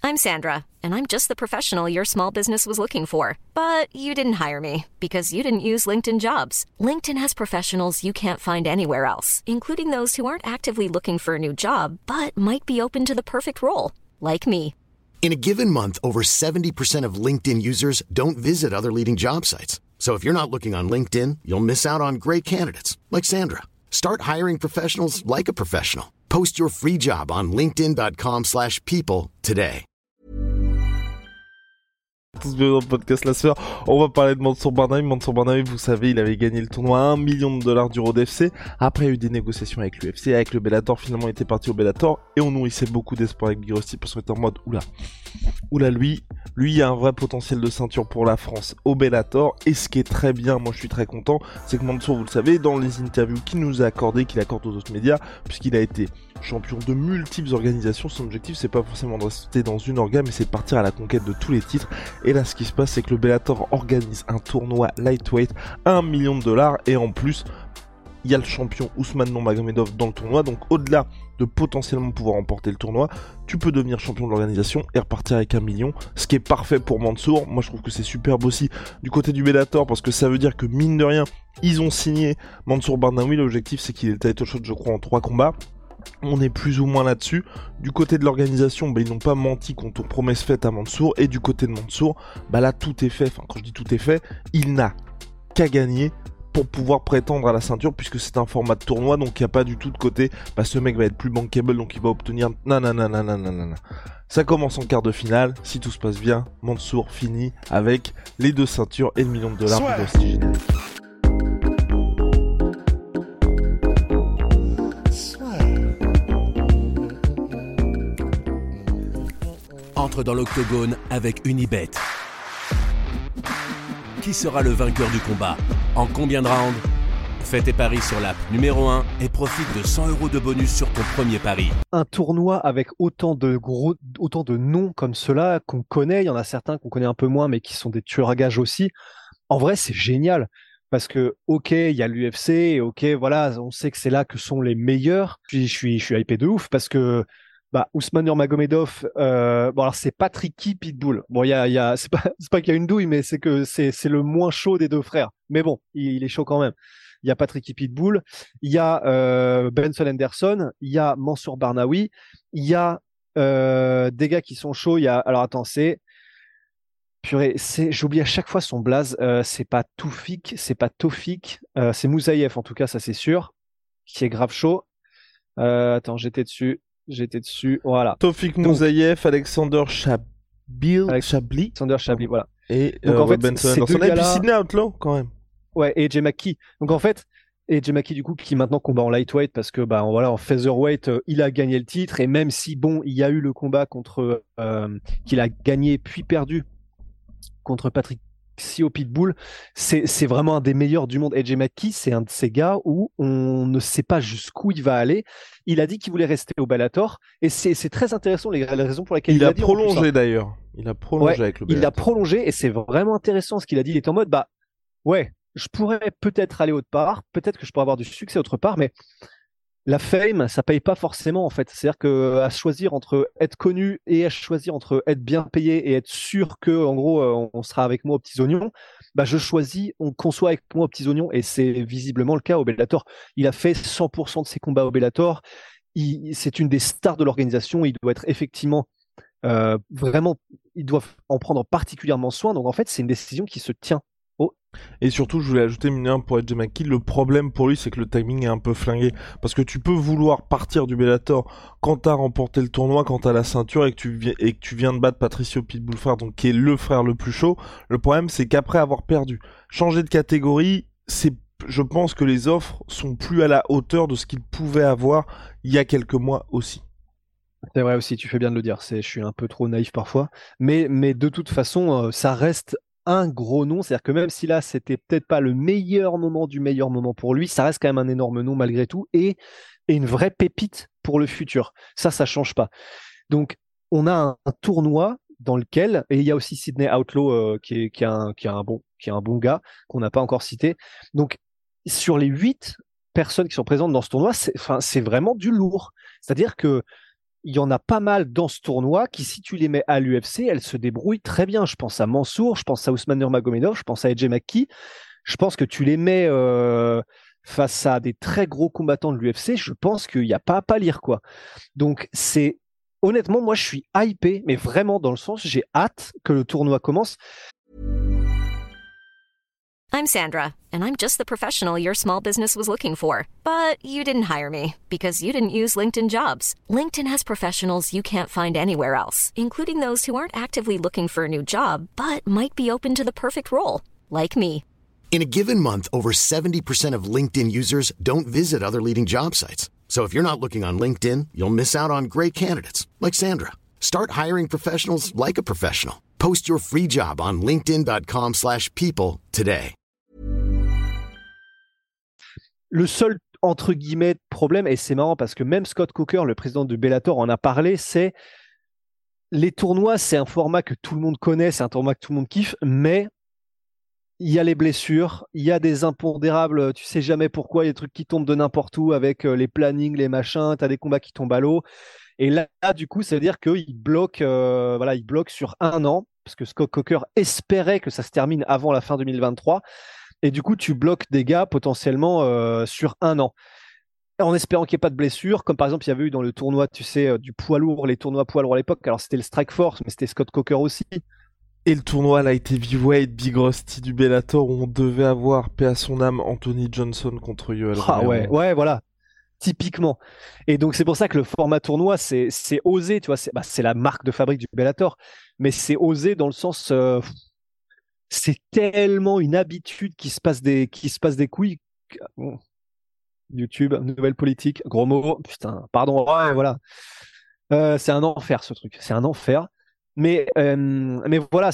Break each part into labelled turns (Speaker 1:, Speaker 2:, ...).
Speaker 1: I'm Sandra, and I'm just the professional your small business was looking for. But you didn't hire me because you didn't use LinkedIn Jobs. LinkedIn has professionals you can't find anywhere else, including those who aren't actively looking for a new job, but might be open to the perfect role, like me.
Speaker 2: In a given month, over 70% of LinkedIn users don't visit other leading job sites. So if you're not looking on LinkedIn, you'll miss out on great candidates like Sandra. Start hiring professionals like a professional. Post your free job on linkedin.com/people today.
Speaker 3: Tous bienvenue dans le podcast La Sphère. On va parler de Mansour Barnaoui. Mansour Barnaoui, vous savez, il avait gagné le tournoi à $1 million du Road FC. Après, il y a eu des négociations avec l'UFC, avec le Bellator. Finalement, il était parti au Bellator. Et on nourrissait beaucoup d'espoir avec Big Rusty parce qu'on était en mode, oula, lui, il y a un vrai potentiel de ceinture pour la France au Bellator. Et ce qui est très bien, moi je suis très content, c'est que Mansour, vous le savez, dans les interviews qu'il nous a accordées, qu'il accorde aux autres médias, puisqu'il a été champion de multiples organisations, son objectif c'est pas forcément de rester dans une orga, mais c'est de partir à la conquête de tous les titres. Et là, ce qui se passe, c'est que le Bellator organise un tournoi lightweight, $1 million, et en plus, il y a le champion Ousmane Nurmagomedov dans le tournoi. Donc au-delà de potentiellement pouvoir remporter le tournoi, tu peux devenir champion de l'organisation et repartir avec $1 million, ce qui est parfait pour Mansour. Moi je trouve que c'est superbe aussi du côté du Bellator, parce que ça veut dire que mine de rien, ils ont signé Mansour Barnaoui. L'objectif c'est qu'il est title shot, je crois, en 3 combats. On est plus ou moins là-dessus. Du côté de l'organisation, ils n'ont pas menti quant aux promesses faites à Mansour. Et du côté de Mansour, là tout est fait. Enfin, quand je dis tout est fait, il n'a qu'à gagner pour pouvoir prétendre à la ceinture, puisque c'est un format de tournoi, donc il n'y a pas du tout de côté ce mec va être plus bankable, donc il va obtenir nanana. Ça commence en quart de finale. Si tout se passe bien, Mansour finit avec les 2 ceintures et $1 million de prestige.
Speaker 4: Entre dans l'octogone avec Unibet. Qui sera le vainqueur du combat? En combien de rounds? Fais tes paris sur l'app numéro 1 et profite de 100 € de bonus sur ton premier pari.
Speaker 5: Un tournoi avec autant de noms comme ceux-là qu'on connaît, il y en a certains qu'on connaît un peu moins, mais qui sont des tueurs à gages aussi. En vrai, c'est génial. Parce que, ok, il y a l'UFC, et ok, voilà, on sait que c'est là que sont les meilleurs. Je suis hypé de ouf parce que Ousmane Nurmagomedov, alors c'est pas Tricky Pitbull. Bon, c'est pas qu'il y a une douille, mais c'est que c'est le moins chaud des 2 frères. Mais bon, il est chaud quand même. Il y a pas Tricky Pitbull, il y a Benson Henderson, il y a Mansour Barnaoui, il y a des gars qui sont chauds. Il y a, alors attends, j'oublie à chaque fois son blaze. C'est pas Toufik, c'est Moussaïef en tout cas, ça c'est sûr, qui est grave chaud. Attends, j'étais dessus, voilà.
Speaker 3: Tofik Moussaïef, Alexander Chabli,
Speaker 5: voilà.
Speaker 3: Et
Speaker 5: donc, en fait,
Speaker 3: Benson
Speaker 5: ces
Speaker 3: Anderson,
Speaker 5: deux
Speaker 3: et puis
Speaker 5: gars-là...
Speaker 3: Sidney Outlaw quand même.
Speaker 5: Ouais, et AJ McKee. Donc en fait, AJ McKee du coup qui maintenant combat en lightweight parce que en featherweight il a gagné le titre, et même si il y a eu le combat contre qu'il a gagné puis perdu contre Patrick Sio Pitbull, c'est vraiment un des meilleurs du monde. AJ McKee, c'est un de ces gars où on ne sait pas jusqu'où il va aller. Il a dit qu'il voulait rester au Bellator, et c'est très intéressant les raisons pour lesquelles il a dit
Speaker 3: prolongé d'ailleurs. Il a prolongé avec le Bellator.
Speaker 5: Il a prolongé, et c'est vraiment intéressant ce qu'il a dit. Il était en mode ouais, je pourrais peut-être aller autre part, peut-être que je pourrais avoir du succès autre part, mais la fame, ça paye pas forcément en fait. C'est-à-dire que à choisir entre être connu et à choisir entre être bien payé et être sûr que en gros on sera avec moi aux petits oignons, je choisis qu'on soit avec moi aux petits oignons, et c'est visiblement le cas au Bellator. Il a fait 100% de ses combats au Bellator. C'est une des stars de l'organisation. Il doit être effectivement vraiment, ils doivent en prendre particulièrement soin. Donc en fait, c'est une décision qui se tient.
Speaker 3: Et surtout, je voulais ajouter pour AJ McKee, le problème pour lui, c'est que le timing est un peu flingué. Parce que tu peux vouloir partir du Bellator quand t'as remporté le tournoi, quand t'as la ceinture, et que tu viens de battre Patricio Pitbull frère, donc qui est le frère le plus chaud. Le problème, c'est qu'après avoir perdu, changer de catégorie, je pense que les offres sont plus à la hauteur de ce qu'ils pouvaient avoir il y a quelques mois aussi.
Speaker 5: C'est vrai aussi, tu fais bien de le dire. Je suis un peu trop naïf parfois. Mais de toute façon, ça reste un gros nom, c'est-à-dire que même si là c'était peut-être pas le meilleur moment du meilleur moment pour lui, ça reste quand même un énorme nom malgré tout, et une vraie pépite pour le futur. Ça change pas. Donc on a un tournoi dans lequel, et il y a aussi Sidney Outlaw qui est un bon gars qu'on n'a pas encore cité. Donc sur les 8 personnes qui sont présentes dans ce tournoi, c'est vraiment du lourd. C'est-à-dire que il y en a pas mal dans ce tournoi qui, si tu les mets à l'UFC, elles se débrouillent très bien. Je pense à Mansour, je pense à Ousmane Nurmagomedov, je pense à AJ McKee. Je pense que tu les mets face à des très gros combattants de l'UFC, je pense qu'il n'y a pas à pâlir, quoi. Donc, honnêtement, moi, je suis hypé, mais vraiment dans le sens, j'ai hâte que le tournoi commence.
Speaker 1: I'm Sandra, and I'm just the professional your small business was looking for. But you didn't hire me because you didn't use LinkedIn Jobs. LinkedIn has professionals you can't find anywhere else, including those who aren't actively looking for a new job, but might be open to the perfect role, like me.
Speaker 2: In a given month, over 70% of LinkedIn users don't visit other leading job sites. So if you're not looking on LinkedIn, you'll miss out on great candidates like Sandra. Start hiring professionals like a professional. Post your free job on linkedin.com/people today.
Speaker 5: Le seul, entre guillemets, problème, et c'est marrant parce que même Scott Coker, le président de Bellator, en a parlé, c'est les tournois, c'est un format que tout le monde connaît, c'est un tournoi que tout le monde kiffe, mais il y a les blessures, il y a des impondérables, tu sais jamais pourquoi, il y a des trucs qui tombent de n'importe où avec les plannings, les machins, tu as des combats qui tombent à l'eau. Et là, du coup, ça veut dire qu'il bloque, il bloque sur 1 an, parce que Scott Coker espérait que ça se termine avant la fin 2023. Et du coup, tu bloques des gars potentiellement sur 1 an. En espérant qu'il n'y ait pas de blessures, comme par exemple, il y avait eu dans le tournoi, tu sais, du poids lourd, les tournois poids lourd à l'époque. Alors, c'était le Strike Force, mais c'était Scott Coker aussi.
Speaker 3: Et le tournoi là a été heavyweight Big Rusty du Bellator où on devait avoir, paix à son âme, Anthony Johnson contre Yoel Romero.
Speaker 5: Ouais, voilà. Typiquement. Et donc, c'est pour ça que le format tournoi, c'est osé, tu vois. C'est la marque de fabrique du Bellator. Mais c'est osé dans le sens. C'est tellement une habitude qui se passe des couilles. Bon. YouTube, nouvelle politique, gros mot. Putain, pardon. Ouais, voilà. C'est un enfer, ce truc. C'est un enfer. Mais voilà,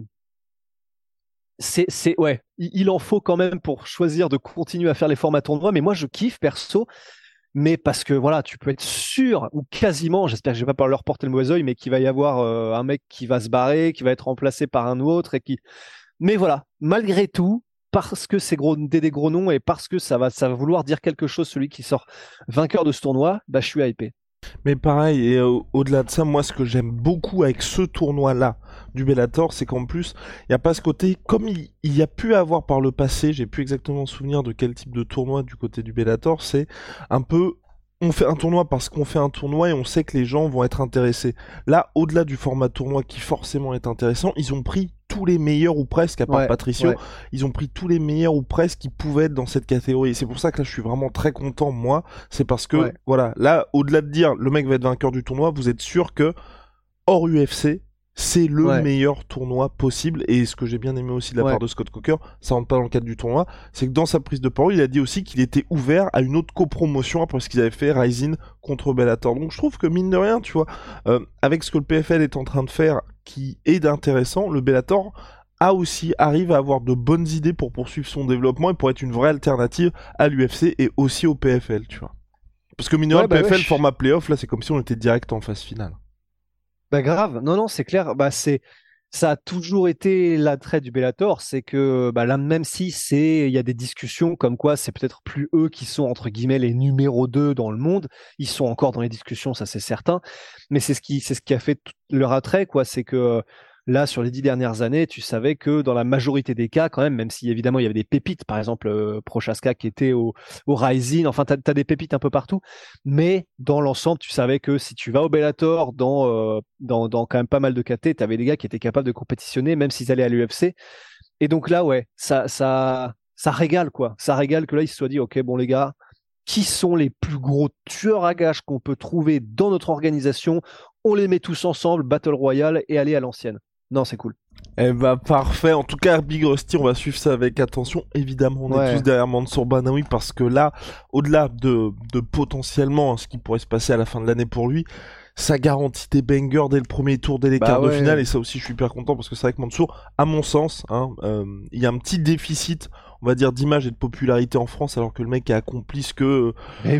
Speaker 5: ouais, il en faut quand même pour choisir de continuer à faire les formats tournois. Mais moi, je kiffe perso, mais parce que voilà, tu peux être sûr ou quasiment, j'espère que je vais pas leur porter le mauvais oeil, mais qu'il va y avoir un mec qui va se barrer, qui va être remplacé par un autre Mais voilà, malgré tout, parce que c'est des gros noms et parce que ça va vouloir dire quelque chose, celui qui sort vainqueur de ce tournoi, bah je suis hypé.
Speaker 3: Mais pareil, et au-delà de ça, moi ce que j'aime beaucoup avec ce tournoi-là du Bellator, c'est qu'en plus, il n'y a pas ce côté, comme il y a pu avoir par le passé, j'ai plus exactement souvenir de quel type de tournoi du côté du Bellator, c'est un peu, on fait un tournoi parce qu'on fait un tournoi et on sait que les gens vont être intéressés. Là, au-delà du format tournoi qui forcément est intéressant, ils ont pris tous les meilleurs ou presque, à part Patricio, ils ont pris tous les meilleurs ou presque qui pouvaient être dans cette catégorie. Et c'est pour ça que là, je suis vraiment très content, moi. C'est parce que, voilà, là, au-delà de dire le mec va être vainqueur du tournoi, vous êtes sûr que, hors UFC, c'est le meilleur tournoi possible. Et ce que j'ai bien aimé aussi de la part de Scott Coker, ça rentre pas dans le cadre du tournoi, c'est que dans sa prise de parole, il a dit aussi qu'il était ouvert à une autre copromotion après ce qu'ils avaient fait Rising contre Bellator. Donc je trouve que mine de rien, tu vois, avec ce que le PFL est en train de faire, qui est d'intéressant, le Bellator arrive à avoir de bonnes idées pour poursuivre son développement et pour être une vraie alternative à l'UFC et aussi au PFL, tu vois. Parce que mine de rien, le PFL, format playoff, là, c'est comme si on était direct en phase finale.
Speaker 5: Bah grave, non, c'est clair. Bah ça a toujours été l'attrait du Bellator, c'est que là, même si il y a des discussions comme quoi c'est peut-être plus eux qui sont entre guillemets les numéros 2 dans le monde, ils sont encore dans les discussions, ça c'est certain. Mais c'est ce qui a fait leur attrait, quoi. C'est que là, sur les 10 dernières années, tu savais que dans la majorité des cas, quand même si évidemment il y avait des pépites, par exemple Prochaska qui était au Rising, enfin t'as des pépites un peu partout, mais dans l'ensemble, tu savais que si tu vas au Bellator, dans quand même pas mal de KT, t'avais des gars qui étaient capables de compétitionner, même s'ils allaient à l'UFC. Et donc là, ça régale, quoi. Ça régale que là, ils se soient dit, ok, bon les gars, qui sont les plus gros tueurs à gages qu'on peut trouver dans notre organisation? On les met tous ensemble, Battle Royale, et aller à l'ancienne. Non, c'est cool.
Speaker 3: Eh bah parfait, en tout cas Big Rusty, on va suivre ça avec attention, évidemment on est tous derrière Mansour Banaoui parce que là, au-delà de potentiellement ce qui pourrait se passer à la fin de l'année pour lui, ça garantit des bangers dès le premier tour, dès les quarts de finale, et ça aussi je suis hyper content parce que c'est vrai que Mansour, à mon sens, il y a un petit déficit, on va dire, d'image et de popularité en France alors que le mec a accompli ce que...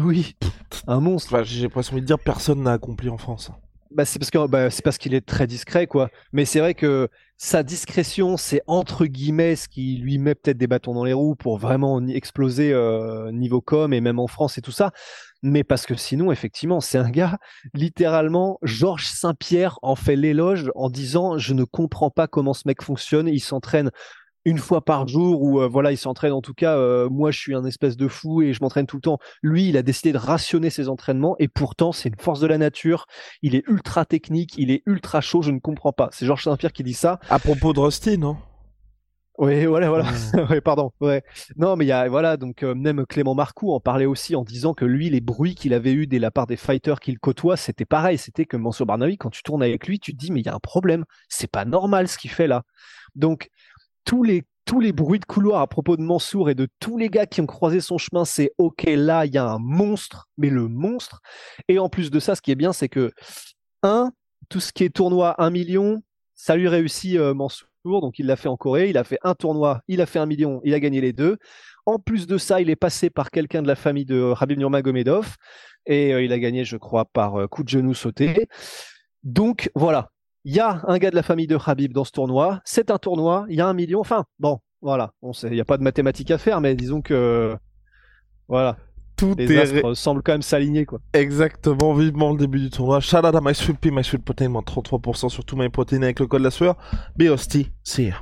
Speaker 5: un monstre.
Speaker 3: Enfin, j'ai presque envie de dire personne n'a accompli en France.
Speaker 5: C'est parce qu'il est très discret, quoi. Mais c'est vrai que sa discrétion, c'est entre guillemets ce qui lui met peut-être des bâtons dans les roues pour vraiment exploser niveau com et même en France et tout ça. mais parce que sinon, effectivement, c'est un gars, littéralement, Georges Saint-Pierre en fait l'éloge en disant « Je ne comprends pas comment ce mec fonctionne, il s'entraîne une fois par jour ou voilà, il s'entraîne en tout cas, moi je suis un espèce de fou et je m'entraîne tout le temps. » Lui, il a décidé de rationner ses entraînements et pourtant, c'est une force de la nature, il est ultra technique, il est ultra chaud, je ne comprends pas. C'est Georges Saint-Pierre qui dit ça.
Speaker 3: À propos de Rusty, non?
Speaker 5: Oui, voilà. Ouais, pardon. Ouais. Non, mais il y a, voilà, donc même Clément Marcoux en parlait aussi en disant que lui, les bruits qu'il avait eus de la part des fighters qu'il côtoie, c'était pareil. C'était que Mansour Barnaoui, quand tu tournes avec lui, tu te dis, mais il y a un problème. C'est pas normal ce qu'il fait là. Donc, tous les bruits de couloir à propos de Mansour et de tous les gars qui ont croisé son chemin, c'est ok, là, il y a un monstre, mais le monstre. Et en plus de ça, ce qui est bien, c'est que, tout ce qui est tournoi 1 million, ça lui réussit Mansour. Donc il l'a fait en Corée, il a fait un tournoi, il a fait 1 million, il a gagné les 2. En plus de ça, il est passé par quelqu'un de la famille de Khabib Nurmagomedov et il a gagné, je crois, par coup de genou sauté. Donc voilà, il y a un gars de la famille de Khabib dans ce tournoi, c'est un tournoi, il y a 1 million, enfin bon, voilà, il n'y a pas de mathématiques à faire, mais disons que voilà. Les astres semblent quand même s'aligner, quoi.
Speaker 3: Exactement, vivement le début du tournoi. Shout out à MySweetPea, MySweetProtein, moins 33% sur tout MyProtein avec le code la sueur. BOST, see ya.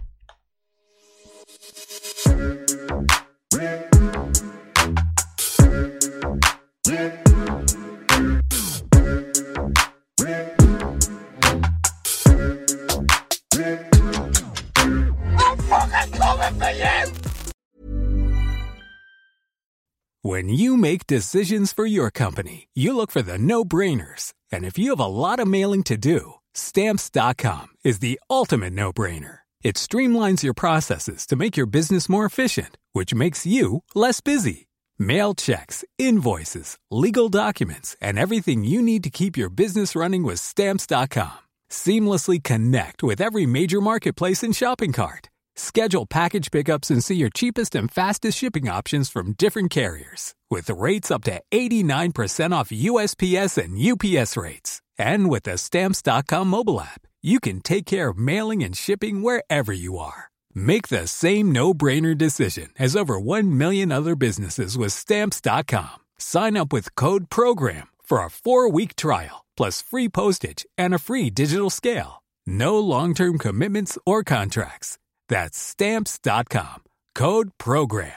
Speaker 6: When you make decisions for your company, you look for the no-brainers. And if you have a lot of mailing to do, Stamps.com is the ultimate no-brainer. It streamlines your processes to make your business more efficient, which makes you less busy. Mail checks, invoices, legal documents, and everything you need to keep your business running with Stamps.com. Seamlessly connect with every major marketplace and shopping cart. Schedule package pickups and see your cheapest and fastest shipping options from different carriers. With rates up to 89% off USPS and UPS rates. And with the Stamps.com mobile app, you can take care of mailing and shipping wherever you are. Make the same no-brainer decision as over 1 million other businesses with Stamps.com. Sign up with code PROGRAM for a 4-week trial, plus free postage and a free digital scale. No long-term commitments or contracts. That's Stamps.com. Code PROGRAM.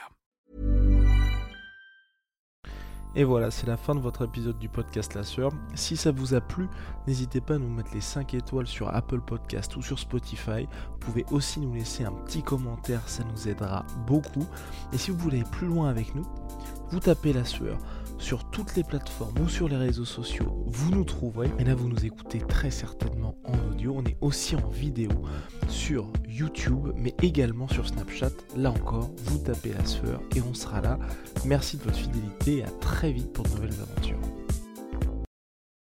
Speaker 3: Et voilà, c'est la fin de votre épisode du podcast La Sueur. Si ça vous a plu, n'hésitez pas à nous mettre les 5 étoiles sur Apple Podcast ou sur Spotify. Vous pouvez aussi nous laisser un petit commentaire, ça nous aidera beaucoup. Et si vous voulez aller plus loin avec nous, vous tapez La Sueur sur toutes les plateformes ou sur les réseaux sociaux, vous nous trouverez. Et là, vous nous écoutez très certainement en audio. On est aussi en vidéo sur YouTube, mais également sur Snapchat. Là encore, vous tapez La Sueur et on sera là. Merci de votre fidélité et à très vite pour de nouvelles aventures.